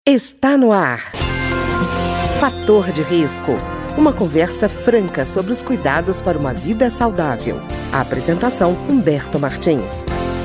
Está no ar. Fator de risco. Uma conversa franca sobre os cuidados para uma vida saudável. A apresentação, Humberto Martins.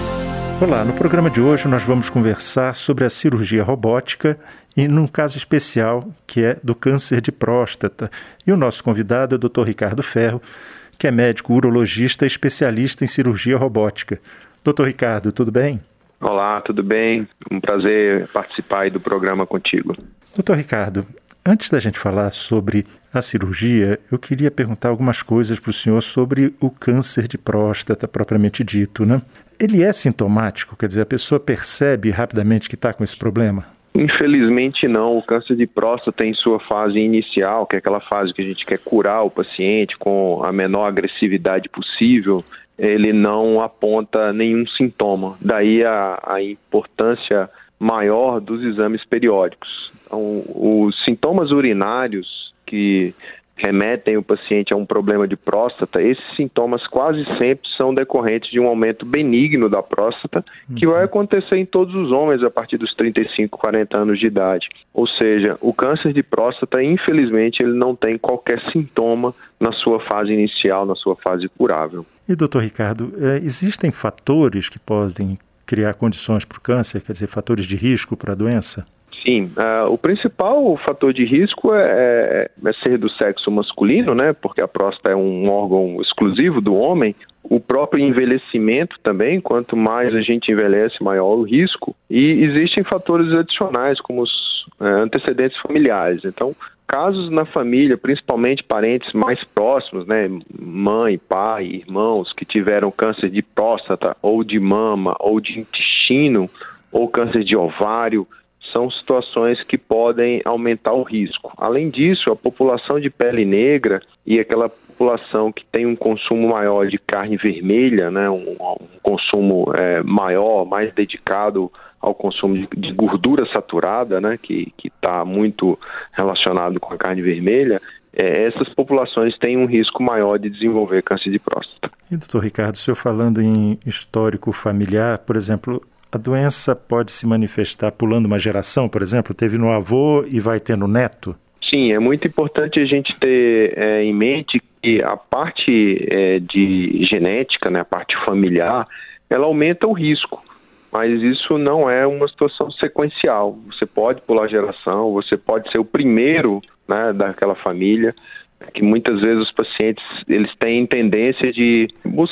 Olá, no programa de hoje nós vamos conversar sobre a cirurgia robótica e num caso especial que é do câncer de próstata. E o nosso convidado é o Dr. Ricardo Ferro, que é médico urologista e especialista em cirurgia robótica. Dr. Ricardo, tudo bem? Olá, tudo bem? Um prazer participar aí do programa contigo. Dr. Ricardo, antes da gente falar sobre a cirurgia, eu queria perguntar algumas coisas para o senhor sobre o câncer de próstata propriamente dito, né? Ele é sintomático? Quer dizer, a pessoa percebe rapidamente que está com esse problema? Infelizmente não. O câncer de próstata em sua fase inicial, que é aquela fase que a gente quer curar o paciente com a menor agressividade possível, ele não aponta nenhum sintoma. Daí a importância maior dos exames periódicos. Então, os sintomas urinários que remetem o paciente a um problema de próstata, esses sintomas quase sempre são decorrentes de um aumento benigno da próstata, que vai acontecer em todos os homens a partir dos 35, 40 anos de idade. Ou seja, o câncer de próstata, infelizmente, ele não tem qualquer sintoma na sua fase inicial, na sua fase curável. E, doutor Ricardo, existem fatores que podem criar condições para o câncer, quer dizer, fatores de risco para a doença? Sim, o principal fator de risco é ser do sexo masculino, né? Porque a próstata é um órgão exclusivo do homem. O próprio envelhecimento também, quanto mais a gente envelhece, maior o risco. E existem fatores adicionais, como os antecedentes familiares. Então, casos na família, principalmente parentes mais próximos, né? Mãe, pai, irmãos que tiveram câncer de próstata, ou de mama, ou de intestino, ou câncer de ovário, são situações que podem aumentar o risco. Além disso, a população de pele negra e aquela população que tem um consumo maior de carne vermelha, né, um consumo maior, mais dedicado ao consumo de gordura saturada, né, que está muito relacionado com a carne vermelha, essas populações têm um risco maior de desenvolver câncer de próstata. E, doutor Ricardo, o senhor falando em histórico familiar, por exemplo, a doença pode se manifestar pulando uma geração, por exemplo? Teve no avô e vai ter no neto? Sim, é muito importante a gente ter em mente que a parte de genética, né, a parte familiar, ela aumenta o risco, mas isso não é uma situação sequencial. Você pode pular geração, você pode ser o primeiro, né, daquela família, que muitas vezes os pacientes eles têm tendência de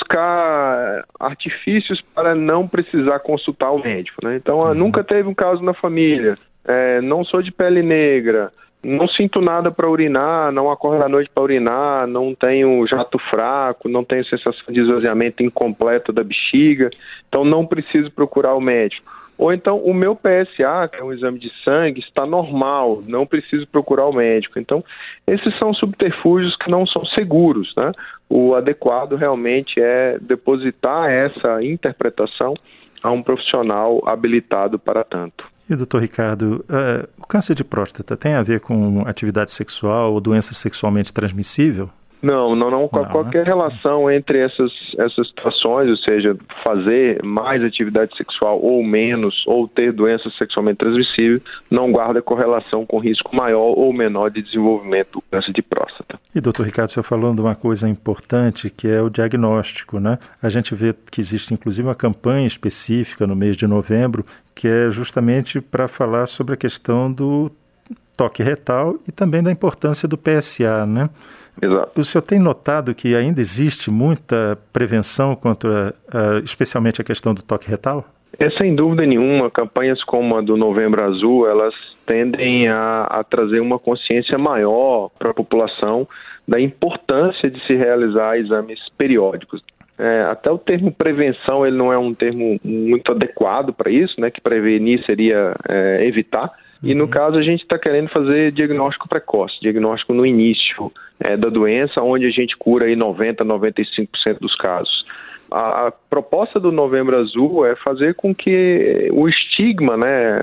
buscar artifícios para não precisar consultar o médico, né? Então, nunca teve um caso na família, não sou de pele negra, não sinto nada para urinar, não acordo à noite para urinar, não tenho jato fraco, não tenho sensação de esvaziamento incompleto da bexiga, então não preciso procurar o médico. Ou então o meu PSA, que é um exame de sangue, está normal, não preciso procurar o médico. Então, esses são subterfúgios que não são seguros, né? O adequado realmente é depositar essa interpretação a um profissional habilitado para tanto. E, doutor Ricardo, o câncer de próstata tem a ver com atividade sexual ou doença sexualmente transmissível? Não. Qualquer relação entre essas situações, ou seja, fazer mais atividade sexual ou menos, ou ter doença sexualmente transmissível, não guarda correlação com risco maior ou menor de desenvolvimento do câncer de próstata. E, doutor Ricardo, o senhor falando de uma coisa importante, que é o diagnóstico, né? A gente vê que existe, inclusive, uma campanha específica no mês de novembro, que é justamente para falar sobre a questão do toque retal e também da importância do PSA, né? Exato. O senhor tem notado que ainda existe muita prevenção quanto especialmente a questão do toque retal? Sem dúvida nenhuma, campanhas como a do Novembro Azul, elas tendem a trazer uma consciência maior para a população da importância de se realizar exames periódicos. Até o termo prevenção, ele não é um termo muito adequado para isso, né? Que prevenir seria evitar. E no caso a gente está querendo fazer diagnóstico precoce, diagnóstico no início da doença, onde a gente cura aí 90%, 95% dos casos. A proposta do Novembro Azul é fazer com que o estigma, né,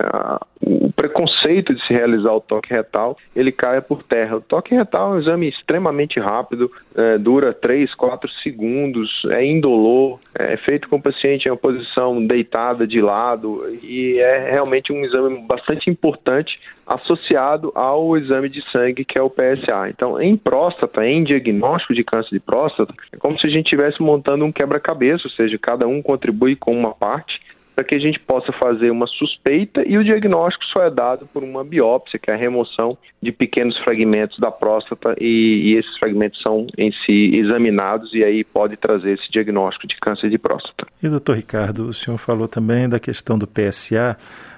o preconceito de se realizar o toque retal, ele caia por terra. O toque retal é um exame extremamente rápido, dura 3, 4 segundos, é indolor, é feito com o paciente em uma posição deitada de lado e é realmente um exame bastante importante associado ao exame de sangue, que é o PSA. Então, em próstata, em diagnóstico de câncer de próstata, é como se a gente estivesse montando um quebra-cabeça, ou seja, cada um contribui com uma parte, para que a gente possa fazer uma suspeita e o diagnóstico só é dado por uma biópsia, que é a remoção de pequenos fragmentos da próstata e esses fragmentos são em si examinados e aí pode trazer esse diagnóstico de câncer de próstata. E doutor Ricardo, o senhor falou também da questão do PSA.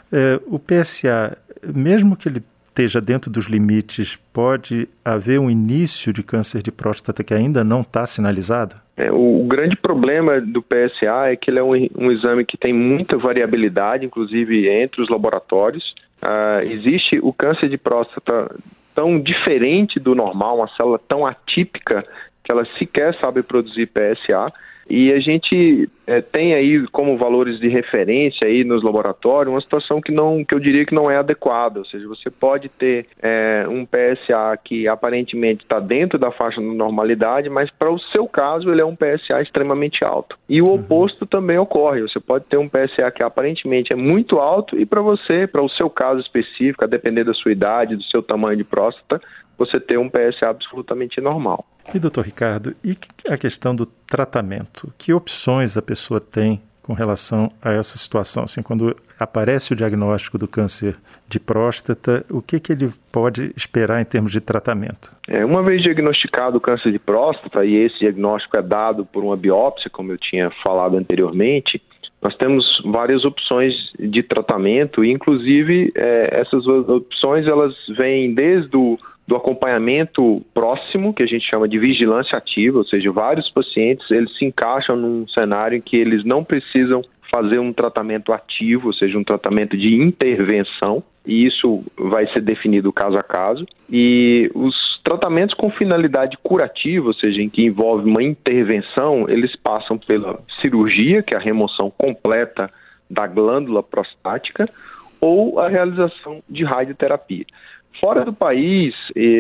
O PSA, mesmo que ele esteja dentro dos limites, pode haver um início de câncer de próstata que ainda não está sinalizado? O grande problema do PSA é que ele é um exame que tem muita variabilidade, inclusive entre os laboratórios. Existe o câncer de próstata tão diferente do normal, uma célula tão atípica que ela sequer sabe produzir PSA. E a gente tem aí como valores de referência aí nos laboratórios uma situação que eu diria que não é adequada, ou seja, você pode ter um PSA que aparentemente está dentro da faixa da normalidade, mas para o seu caso ele é um PSA extremamente alto. E o oposto também ocorre, você pode ter um PSA que aparentemente é muito alto e para o seu caso específico, a depender da sua idade, do seu tamanho de próstata, você ter um PSA absolutamente normal. E doutor Ricardo, e a questão do tratamento? Que opções a pessoa tem com relação a essa situação? Assim, quando aparece o diagnóstico do câncer de próstata, o que ele pode esperar em termos de tratamento? Uma vez diagnosticado o câncer de próstata, e esse diagnóstico é dado por uma biópsia, como eu tinha falado anteriormente, nós temos várias opções de tratamento, e inclusive essas opções elas vêm desde do acompanhamento próximo, que a gente chama de vigilância ativa, ou seja, vários pacientes eles se encaixam num cenário em que eles não precisam fazer um tratamento ativo, ou seja, um tratamento de intervenção, e isso vai ser definido caso a caso. E os tratamentos com finalidade curativa, ou seja, em que envolve uma intervenção, eles passam pela cirurgia, que é a remoção completa da glândula prostática, ou a realização de radioterapia. Fora do país,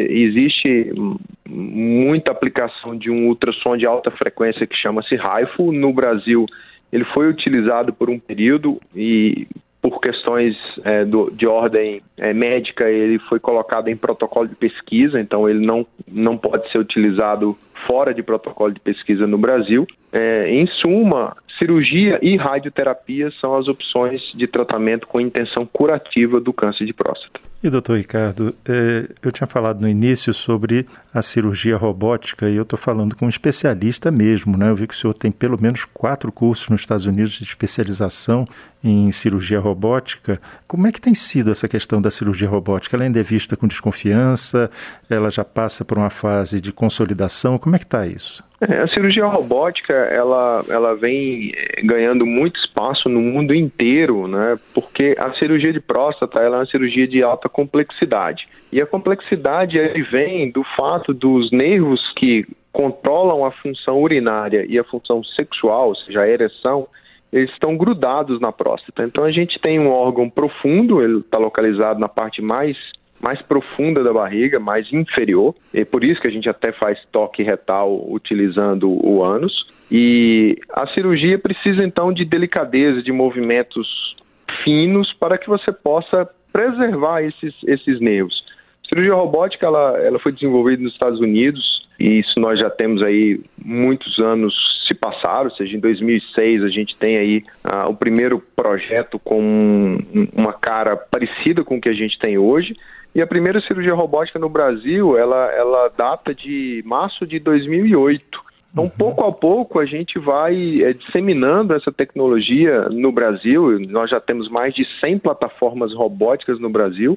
existe muita aplicação de um ultrassom de alta frequência que chama-se HIFU. No Brasil, ele foi utilizado por um período e, por questões de ordem médica, ele foi colocado em protocolo de pesquisa, então ele não pode ser utilizado fora de protocolo de pesquisa no Brasil. Em suma, cirurgia e radioterapia são as opções de tratamento com intenção curativa do câncer de próstata. E doutor Ricardo, eu tinha falado no início sobre a cirurgia robótica e eu estou falando com um especialista mesmo, né? Eu vi que o senhor tem pelo menos 4 cursos nos Estados Unidos de especialização em cirurgia robótica. Como é que tem sido essa questão da cirurgia robótica? Ela ainda é vista com desconfiança? Ela já passa por uma fase de consolidação? Como é que está isso? A cirurgia robótica, ela vem ganhando muito espaço no mundo inteiro, né? Porque a cirurgia de próstata ela é uma cirurgia de alta complexidade. E a complexidade vem do fato dos nervos que controlam a função urinária e a função sexual, ou seja, a ereção, eles estão grudados na próstata. Então a gente tem um órgão profundo, ele está localizado na parte mais profunda da barriga, mais inferior, e por isso que a gente até faz toque retal utilizando o ânus. E a cirurgia precisa então de delicadeza, de movimentos finos para que você possa preservar esses nervos. A cirurgia robótica ela foi desenvolvida nos Estados Unidos e isso nós já temos aí muitos anos se passaram, ou seja, em 2006 a gente tem aí o primeiro projeto com uma cara parecida com o que a gente tem hoje. E a primeira cirurgia robótica no Brasil, ela data de março de 2008. Então, pouco a pouco, a gente vai disseminando essa tecnologia no Brasil. Nós já temos mais de 100 plataformas robóticas no Brasil.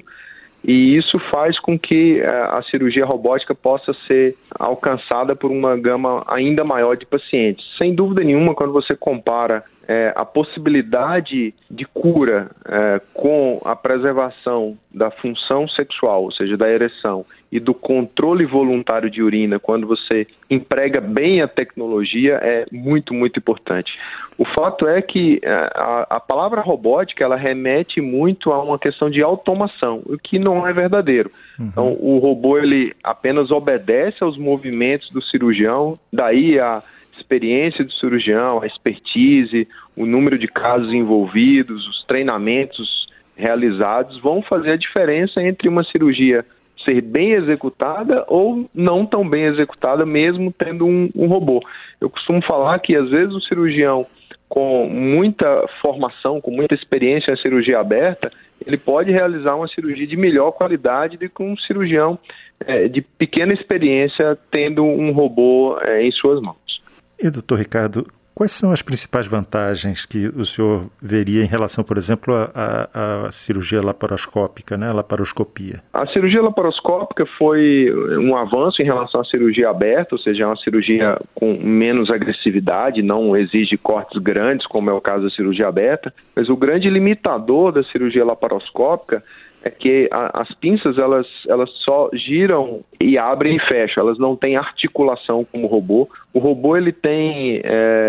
E isso faz com que a cirurgia robótica possa ser alcançada por uma gama ainda maior de pacientes. Sem dúvida nenhuma, quando você compara a possibilidade de cura com a preservação da função sexual, ou seja, da ereção, e do controle voluntário de urina, quando você emprega bem a tecnologia, é muito, muito importante. O fato é que a palavra robótica, ela remete muito a uma questão de automação, o que não é verdadeiro. Então, o robô, ele apenas obedece aos movimentos do cirurgião, daí a experiência do cirurgião, a expertise, o número de casos envolvidos, os treinamentos realizados vão fazer a diferença entre uma cirurgia ser bem executada ou não tão bem executada, mesmo tendo um robô. Eu costumo falar que, às vezes, o cirurgião com muita formação, com muita experiência em cirurgia aberta, ele pode realizar uma cirurgia de melhor qualidade do que um cirurgião de pequena experiência tendo um robô em suas mãos. E, doutor Ricardo, quais são as principais vantagens que o senhor veria em relação, por exemplo, à cirurgia laparoscópica, né, a laparoscopia? A cirurgia laparoscópica foi um avanço em relação à cirurgia aberta, ou seja, é uma cirurgia com menos agressividade, não exige cortes grandes, como é o caso da cirurgia aberta, mas o grande limitador da cirurgia laparoscópica é que as pinças, elas só giram e abrem e fecham, elas não têm articulação como o robô. O robô, ele tem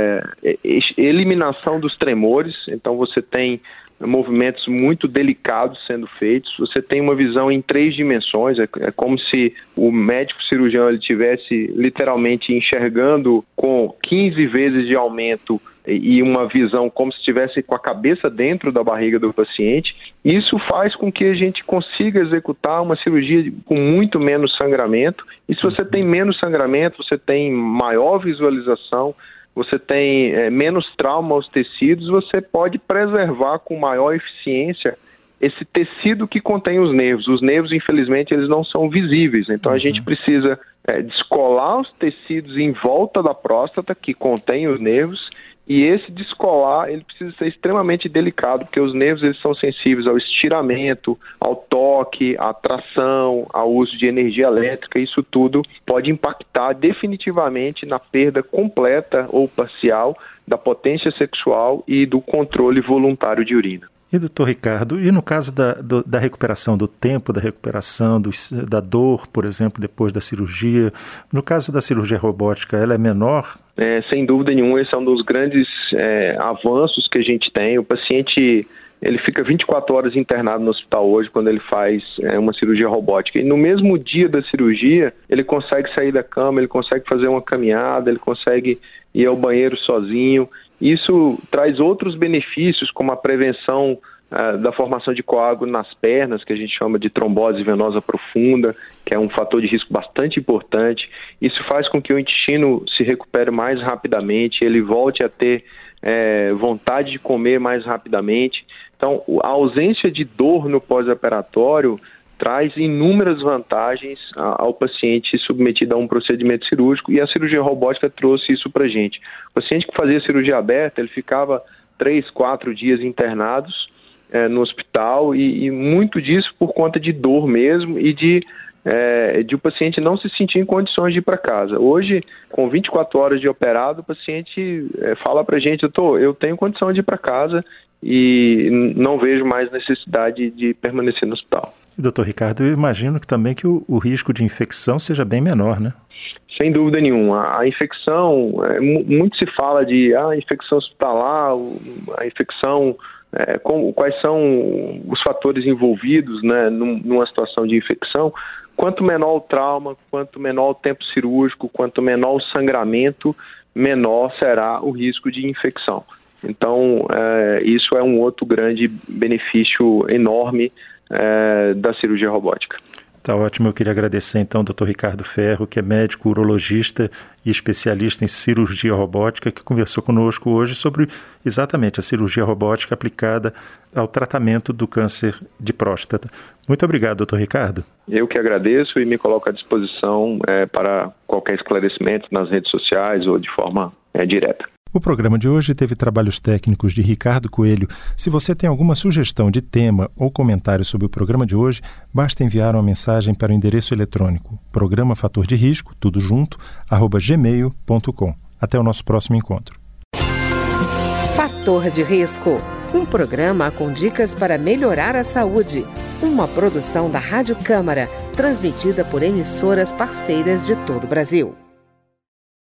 eliminação dos tremores, então você tem movimentos muito delicados sendo feitos, você tem uma visão em 3 dimensões, é como se o médico cirurgião ele estivesse literalmente enxergando com 15 vezes de aumento e uma visão como se estivesse com a cabeça dentro da barriga do paciente. Isso faz com que a gente consiga executar uma cirurgia com muito menos sangramento, e se você tem menos sangramento, você tem maior visualização, você tem menos trauma aos tecidos, você pode preservar com maior eficiência esse tecido que contém os nervos. Os nervos, infelizmente, eles não são visíveis, então a gente precisa descolar os tecidos em volta da próstata que contém os nervos, e esse descolar, ele precisa ser extremamente delicado, porque os nervos, eles são sensíveis ao estiramento, ao toque, à tração, ao uso de energia elétrica. Isso tudo pode impactar definitivamente na perda completa ou parcial da potência sexual e do controle voluntário de urina. E, doutor Ricardo, e no caso da recuperação, do tempo da recuperação, da dor, por exemplo, depois da cirurgia, no caso da cirurgia robótica, ela é menor? Sem dúvida nenhuma, esse é um dos grandes avanços que a gente tem. O paciente, ele fica 24 horas internado no hospital hoje quando ele faz uma cirurgia robótica. E no mesmo dia da cirurgia, ele consegue sair da cama, ele consegue fazer uma caminhada, ele consegue ir ao banheiro sozinho. Isso traz outros benefícios, como a prevenção da formação de coágulo nas pernas, que a gente chama de trombose venosa profunda, que é um fator de risco bastante importante. Isso faz com que o intestino se recupere mais rapidamente, ele volte a ter vontade de comer mais rapidamente. Então, a ausência de dor no pós-operatório traz inúmeras vantagens ao paciente submetido a um procedimento cirúrgico, e a cirurgia robótica trouxe isso para a gente. O paciente que fazia cirurgia aberta, ele ficava 3, 4 dias internados no hospital, e muito disso por conta de dor mesmo e de o paciente não se sentir em condições de ir para casa. Hoje, com 24 horas de operado, o paciente fala para a gente: eu tenho condição de ir para casa e não vejo mais necessidade de permanecer no hospital. Doutor Ricardo, eu imagino que também que o risco de infecção seja bem menor, né? Sem dúvida nenhuma. A infecção, muito se fala de infecção hospitalar, a infecção, quais são os fatores envolvidos, né, numa situação de infecção. Quanto menor o trauma, quanto menor o tempo cirúrgico, quanto menor o sangramento, menor será o risco de infecção. Então, isso é um outro grande benefício enorme da cirurgia robótica. Tá ótimo, eu queria agradecer então ao Dr. Ricardo Ferro, que é médico urologista e especialista em cirurgia robótica, que conversou conosco hoje sobre exatamente a cirurgia robótica aplicada ao tratamento do câncer de próstata. Muito obrigado, Dr. Ricardo. Eu que agradeço e me coloco à disposição para qualquer esclarecimento nas redes sociais ou de forma direta. O programa de hoje teve trabalhos técnicos de Ricardo Coelho. Se você tem alguma sugestão de tema ou comentário sobre o programa de hoje, basta enviar uma mensagem para o endereço eletrônico programa fator de risco, tudo junto, @gmail.com. Até o nosso próximo encontro. Fator Fator de Risco, um programa com dicas para melhorar a saúde. Uma produção da Rádio Câmara, transmitida por emissoras parceiras de todo o Brasil.